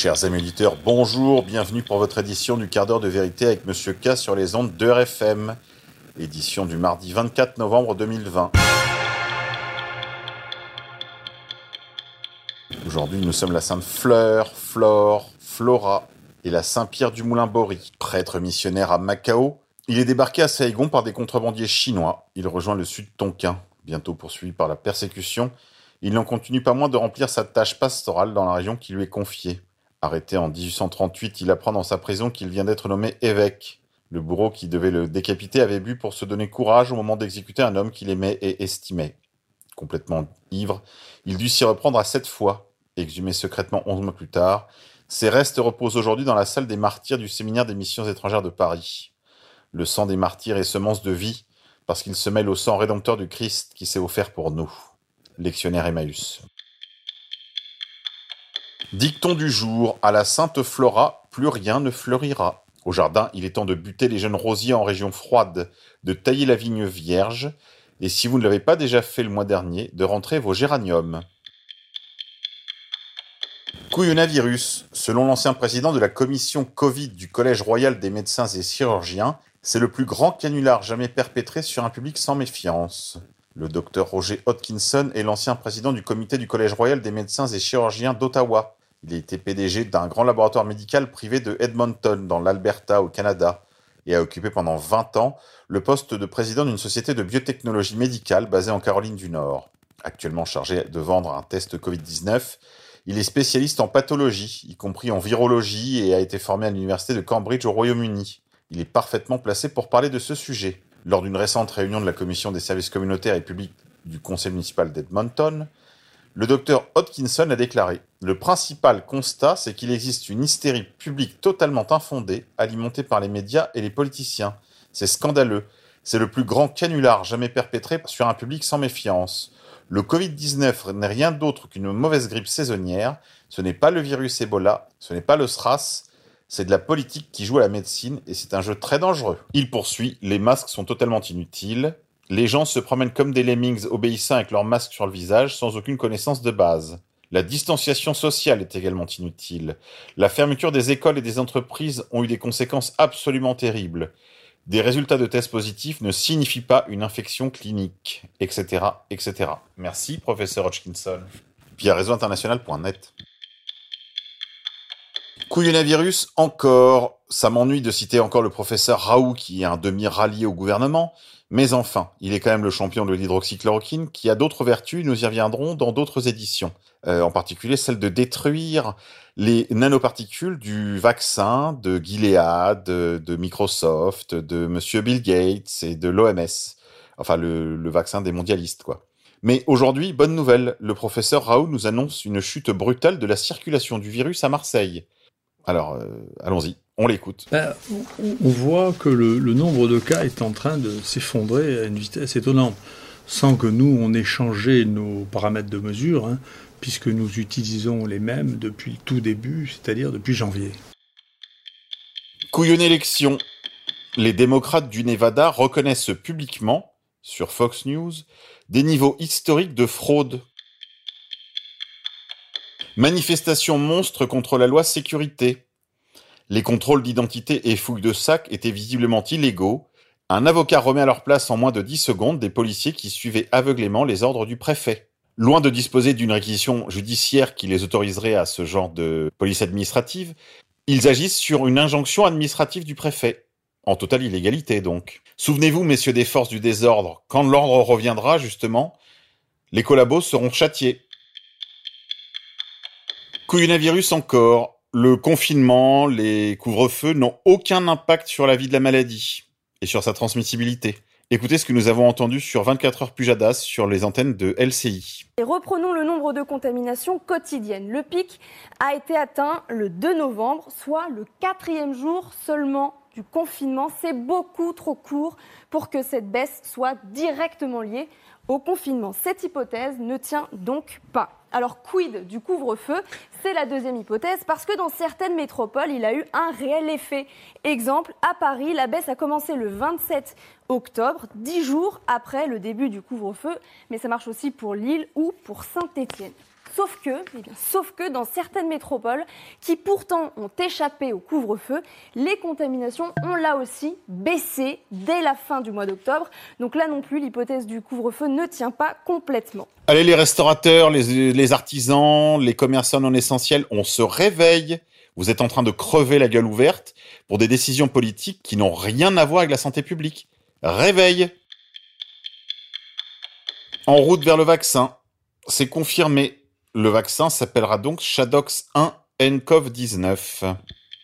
Chers amis auditeurs, bonjour, bienvenue pour votre édition du quart d'heure de vérité avec Monsieur K sur les ondes d'EUR-FM, édition du mardi 24 novembre 2020. Aujourd'hui, nous sommes la Sainte Fleur, Flore, Flora et la Saint-Pierre du Moulin-Bory. Prêtre missionnaire à Macao, il est débarqué à Saigon par des contrebandiers chinois. Il rejoint le sud Tonkin, bientôt poursuivi par la persécution. Il n'en continue pas moins de remplir sa tâche pastorale dans la région qui lui est confiée. Arrêté en 1838, il apprend dans sa prison qu'il vient d'être nommé évêque. Le bourreau qui devait le décapiter avait bu pour se donner courage au moment d'exécuter un homme qu'il aimait et estimait. Complètement ivre, il dut s'y reprendre à 7 fois. Exhumé secrètement 11 mois plus tard, ses restes reposent aujourd'hui dans la salle des martyrs du séminaire des missions étrangères de Paris. Le sang des martyrs est semence de vie, parce qu'il se mêle au sang rédempteur du Christ qui s'est offert pour nous. Lectionnaire Emmaüs. Dicton du jour, à la Sainte Flora, plus rien ne fleurira. Au jardin, il est temps de buter les jeunes rosiers en région froide, de tailler la vigne vierge, et si vous ne l'avez pas déjà fait le mois dernier, de rentrer vos géraniums. Couillonavirus, selon l'ancien président de la commission Covid du Collège royal des médecins et chirurgiens, c'est le plus grand canular jamais perpétré sur un public sans méfiance. Le docteur Roger Hodkinson est l'ancien président du comité du Collège royal des médecins et chirurgiens d'Ottawa. Il a été PDG d'un grand laboratoire médical privé de Edmonton, dans l'Alberta, au Canada, et a occupé pendant 20 ans le poste de président d'une société de biotechnologie médicale basée en Caroline du Nord. Actuellement chargé de vendre un test Covid-19, il est spécialiste en pathologie, y compris en virologie, et a été formé à l'université de Cambridge au Royaume-Uni. Il est parfaitement placé pour parler de ce sujet. Lors d'une récente réunion de la commission des services communautaires et publics du conseil municipal d'Edmonton, le docteur Hodkinson a déclaré « Le principal constat, c'est qu'il existe une hystérie publique totalement infondée, alimentée par les médias et les politiciens. C'est scandaleux. C'est le plus grand canular jamais perpétré sur un public sans méfiance. Le Covid-19 n'est rien d'autre qu'une mauvaise grippe saisonnière. Ce n'est pas le virus Ebola, ce n'est pas le SRAS. C'est de la politique qui joue à la médecine et c'est un jeu très dangereux. » Il poursuit « Les masques sont totalement inutiles. Les gens se promènent comme des lemmings obéissants avec leur masque sur le visage sans aucune connaissance de base. La distanciation sociale est également inutile. La fermeture des écoles et des entreprises ont eu des conséquences absolument terribles. Des résultats de tests positifs ne signifient pas une infection clinique, etc., etc. » Merci, professeur Hodgkinson. Puis à réseauinternational.net. Couillonavirus, encore. Ça m'ennuie de citer encore le professeur Raoult, qui est un demi-rallié au gouvernement. Mais enfin, il est quand même le champion de l'hydroxychloroquine, qui a d'autres vertus, nous y reviendrons dans d'autres éditions. En particulier celle de détruire les nanoparticules du vaccin de Gilead, de Microsoft, de Monsieur Bill Gates et de l'OMS. Enfin, le vaccin des mondialistes, quoi. Mais aujourd'hui, bonne nouvelle, le professeur Raoult nous annonce une chute brutale de la circulation du virus à Marseille. Alors, allons-y, on l'écoute. On voit que le nombre de cas est en train de s'effondrer à une vitesse étonnante, sans que nous, on ait changé nos paramètres de mesure, puisque nous utilisons les mêmes depuis le tout début, c'est-à-dire depuis janvier. Couillonne élection. Les démocrates du Nevada reconnaissent publiquement, sur Fox News, des niveaux historiques de fraude. Manifestation monstre contre la loi sécurité. Les contrôles d'identité et fouilles de sacs étaient visiblement illégaux. Un avocat remet à leur place en moins de 10 secondes des policiers qui suivaient aveuglément les ordres du préfet. Loin de disposer d'une réquisition judiciaire qui les autoriserait à ce genre de police administrative, ils agissent sur une injonction administrative du préfet. En totale illégalité, donc. Souvenez-vous, messieurs des forces du désordre, quand l'ordre reviendra, justement, les collabos seront châtiés. Couillonavirus encore. Le confinement, les couvre-feux n'ont aucun impact sur la vie de la maladie et sur sa transmissibilité. Écoutez ce que nous avons entendu sur 24 heures Pujadas sur les antennes de LCI. Et reprenons le nombre de contaminations quotidiennes. Le pic a été atteint le 2 novembre, soit le 4e jour seulement du confinement. C'est beaucoup trop court pour que cette baisse soit directement liée au confinement. Cette hypothèse ne tient donc pas. Alors, quid du couvre-feu ? C'est la deuxième hypothèse, parce que dans certaines métropoles, il a eu un réel effet. Exemple, à Paris, la baisse a commencé le 27 octobre, 10 jours après le début du couvre-feu, mais ça marche aussi pour Lille ou pour Saint-Étienne. sauf que dans certaines métropoles qui pourtant ont échappé au couvre-feu, les contaminations ont là aussi baissé dès la fin du mois d'octobre. Donc là non plus, l'hypothèse du couvre-feu ne tient pas complètement. Allez, les restaurateurs, les artisans, les commerçants non essentiels, on se réveille. Vous êtes en train de crever la gueule ouverte pour des décisions politiques qui n'ont rien à voir avec la santé publique. Réveil! En route vers le vaccin. C'est confirmé. Le vaccin s'appellera donc Shadox 1 nCoV-19.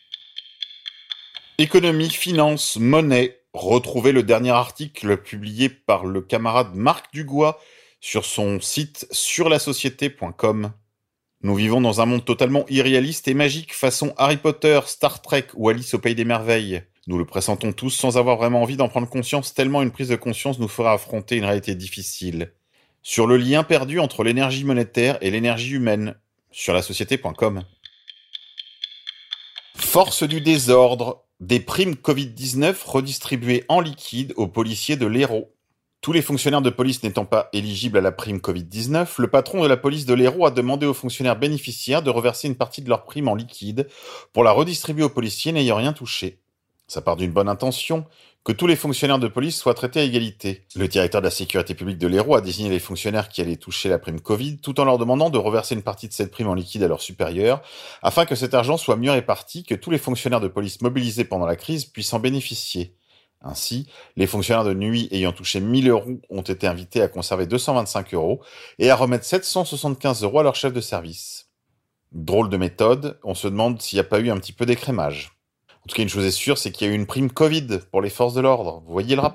Économie, finance, monnaie. Retrouvez le dernier article publié par le camarade Marc Dugois sur son site surlasociété.com. Nous vivons dans un monde totalement irréaliste et magique, façon Harry Potter, Star Trek ou Alice au Pays des Merveilles. Nous le pressentons tous sans avoir vraiment envie d'en prendre conscience, tellement une prise de conscience nous fera affronter une réalité difficile. Sur le lien perdu entre l'énergie monétaire et l'énergie humaine, sur lasociété.com. Force du désordre, des primes Covid-19 redistribuées en liquide aux policiers de l'Hérault. Tous les fonctionnaires de police n'étant pas éligibles à la prime Covid-19, le patron de la police de l'Hérault a demandé aux fonctionnaires bénéficiaires de reverser une partie de leur prime en liquide pour la redistribuer aux policiers n'ayant rien touché. Ça part d'une bonne intention, que tous les fonctionnaires de police soient traités à égalité. Le directeur de la sécurité publique de l'Hérault a désigné les fonctionnaires qui allaient toucher la prime Covid, tout en leur demandant de reverser une partie de cette prime en liquide à leurs supérieurs, afin que cet argent soit mieux réparti, que tous les fonctionnaires de police mobilisés pendant la crise puissent en bénéficier. Ainsi, les fonctionnaires de nuit ayant touché 1 000 € ont été invités à conserver 225 € et à remettre 775 € à leur chef de service. Drôle de méthode, on se demande s'il n'y a pas eu un petit peu d'écrémage. En tout cas, une chose est sûre, c'est qu'il y a eu une prime Covid pour les forces de l'ordre. Vous voyez le rapport ?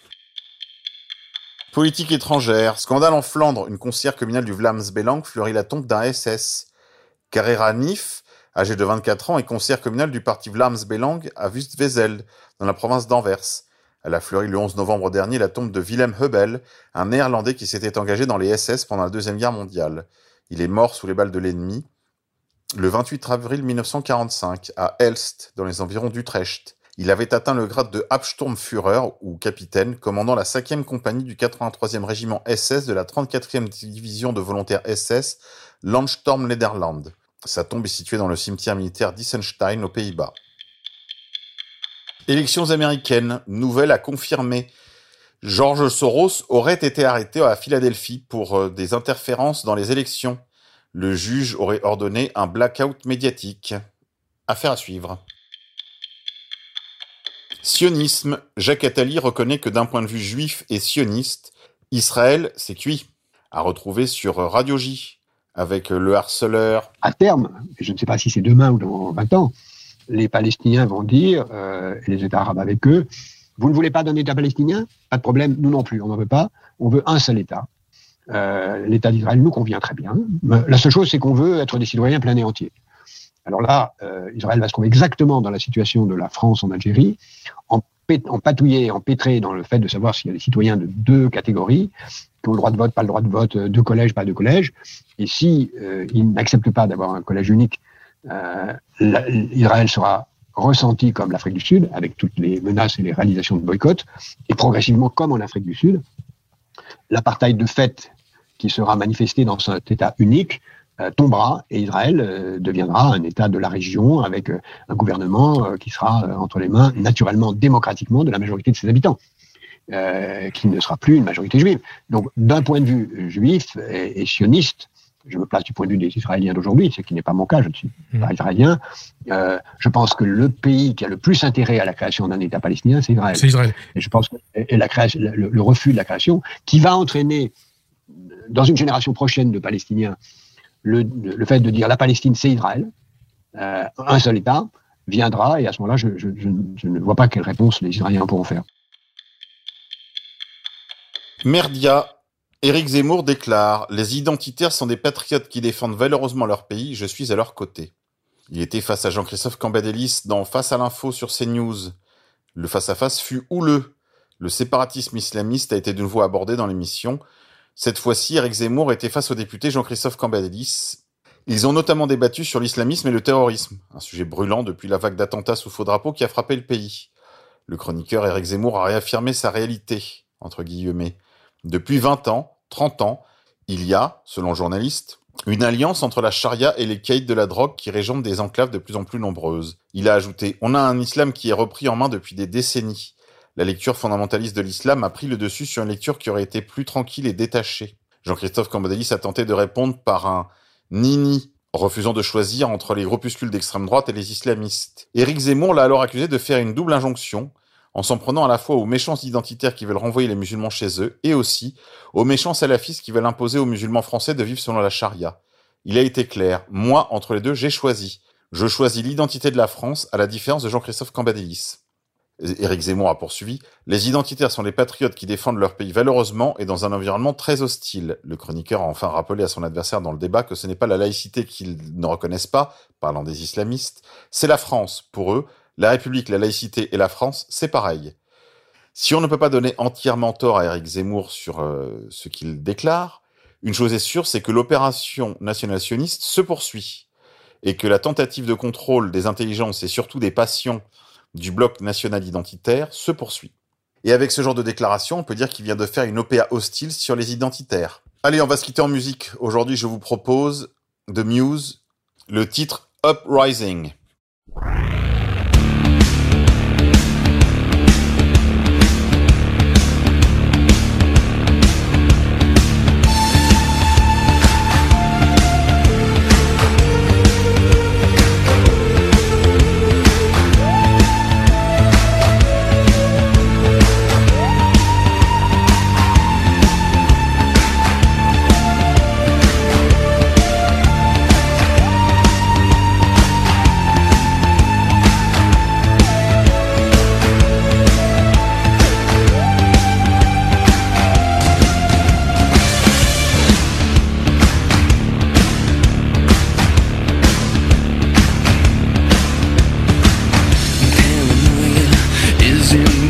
Politique étrangère. Scandale en Flandre. Une conseillère communale du Vlaams-Belang fleurit la tombe d'un SS. Carrera Nif, âgée de 24 ans, est conseillère communale du parti Vlaams-Belang à Wust-Wesel, dans la province d'Anvers. Elle a fleuri le 11 novembre dernier la tombe de Willem Heubel, un néerlandais qui s'était engagé dans les SS pendant la Deuxième Guerre mondiale. Il est mort sous les balles de l'ennemi le 28 avril 1945, à Elst, dans les environs d'Utrecht. Il avait atteint le grade de Absturmführer, ou capitaine, commandant la 5e compagnie du 83e régiment SS de la 34e division de volontaires SS, Landstorm Nederland. Sa tombe est située dans le cimetière militaire d'Issenstein, aux Pays-Bas. Élections américaines. Nouvelle à confirmer. George Soros aurait été arrêté à Philadelphie pour des interférences dans les élections. Le juge aurait ordonné un blackout médiatique. Affaire à suivre. Sionisme. Jacques Attali reconnaît que d'un point de vue juif et sioniste, Israël, c'est cuit. À retrouver sur Radio J, avec le harceleur. À terme, et je ne sais pas si c'est demain ou dans 20 ans, les Palestiniens vont dire, et les États arabes avec eux, vous ne voulez pas d'un État palestinien ? Pas de problème, nous non plus, on n'en veut pas. On veut un seul État. L'État d'Israël nous convient très bien. La seule chose, c'est qu'on veut être des citoyens plein et entiers. Alors là, Israël va se trouver exactement dans la situation de la France en Algérie, empatouillé, empêtré dans le fait de savoir s'il y a des citoyens de deux catégories, qui ont le droit de vote, pas le droit de vote, deux collèges, pas deux collèges. Et si ils n'acceptent pas d'avoir un collège unique, Israël sera ressenti comme l'Afrique du Sud, avec toutes les menaces et les réalisations de boycott, et progressivement comme en Afrique du Sud, l'apartheid de fait qui sera manifesté dans cet État unique tombera et Israël deviendra un État de la région avec un gouvernement qui sera entre les mains naturellement, démocratiquement de la majorité de ses habitants, qui ne sera plus une majorité juive. Donc d'un point de vue juif et sioniste, je me place du point de vue des Israéliens d'aujourd'hui, ce qui n'est pas mon cas, je ne suis pas israélien, je pense que le pays qui a le plus intérêt à la création d'un État palestinien, c'est Israël. C'est Israël. Et je pense que la création, le refus de la création, qui va entraîner dans une génération prochaine de Palestiniens le fait de dire la Palestine c'est Israël, un seul État, viendra, et à ce moment-là, je ne vois pas quelle réponse les Israéliens pourront faire. Merdia. Éric Zemmour déclare « Les identitaires sont des patriotes qui défendent valeureusement leur pays, je suis à leur côté ». Il était face à Jean-Christophe Cambadélis dans Face à l'info sur CNews. Le face-à-face fut houleux. Le séparatisme islamiste a été de nouveau abordé dans l'émission. Cette fois-ci, Éric Zemmour était face au député Jean-Christophe Cambadélis. Ils ont notamment débattu sur l'islamisme et le terrorisme, un sujet brûlant depuis la vague d'attentats sous faux drapeau qui a frappé le pays. Le chroniqueur Éric Zemmour a réaffirmé sa réalité, entre guillemets. Depuis 20 ans, 30 ans, il y a, selon le journaliste, Une alliance entre la charia et les caïds de la drogue qui régent des enclaves de plus en plus nombreuses. Il a ajouté « On a un islam qui est repris en main depuis des décennies. La lecture fondamentaliste de l'islam a pris le dessus sur une lecture qui aurait été plus tranquille et détachée. » Jean-Christophe Cambadélis a tenté de répondre par un « ni-ni », refusant de choisir entre les groupuscules d'extrême droite et les islamistes. Éric Zemmour l'a alors accusé de faire une double injonction, en s'en prenant à la fois aux méchants identitaires qui veulent renvoyer les musulmans chez eux, et aussi aux méchants salafistes qui veulent imposer aux musulmans français de vivre selon la charia. Il a été clair, moi, entre les deux, j'ai choisi. Je choisis l'identité de la France, à la différence de Jean-Christophe Cambadélis. Éric Zemmour a poursuivi, les identitaires sont les patriotes qui défendent leur pays valeureusement et dans un environnement très hostile. Le chroniqueur a enfin rappelé à son adversaire dans le débat que ce n'est pas la laïcité qu'ils ne reconnaissent pas, parlant des islamistes, c'est la France. Pour eux, la République, la laïcité et la France, c'est pareil. Si on ne peut pas donner entièrement tort à Éric Zemmour sur ce qu'il déclare, une chose est sûre, c'est que l'opération national-sioniste se poursuit et que la tentative de contrôle des intelligences et surtout des passions du bloc national identitaire se poursuit. Et avec ce genre de déclaration, on peut dire qu'il vient de faire une OPA hostile sur les identitaires. Allez, on va se quitter en musique. Aujourd'hui, je vous propose de Muse, le titre Uprising. Is in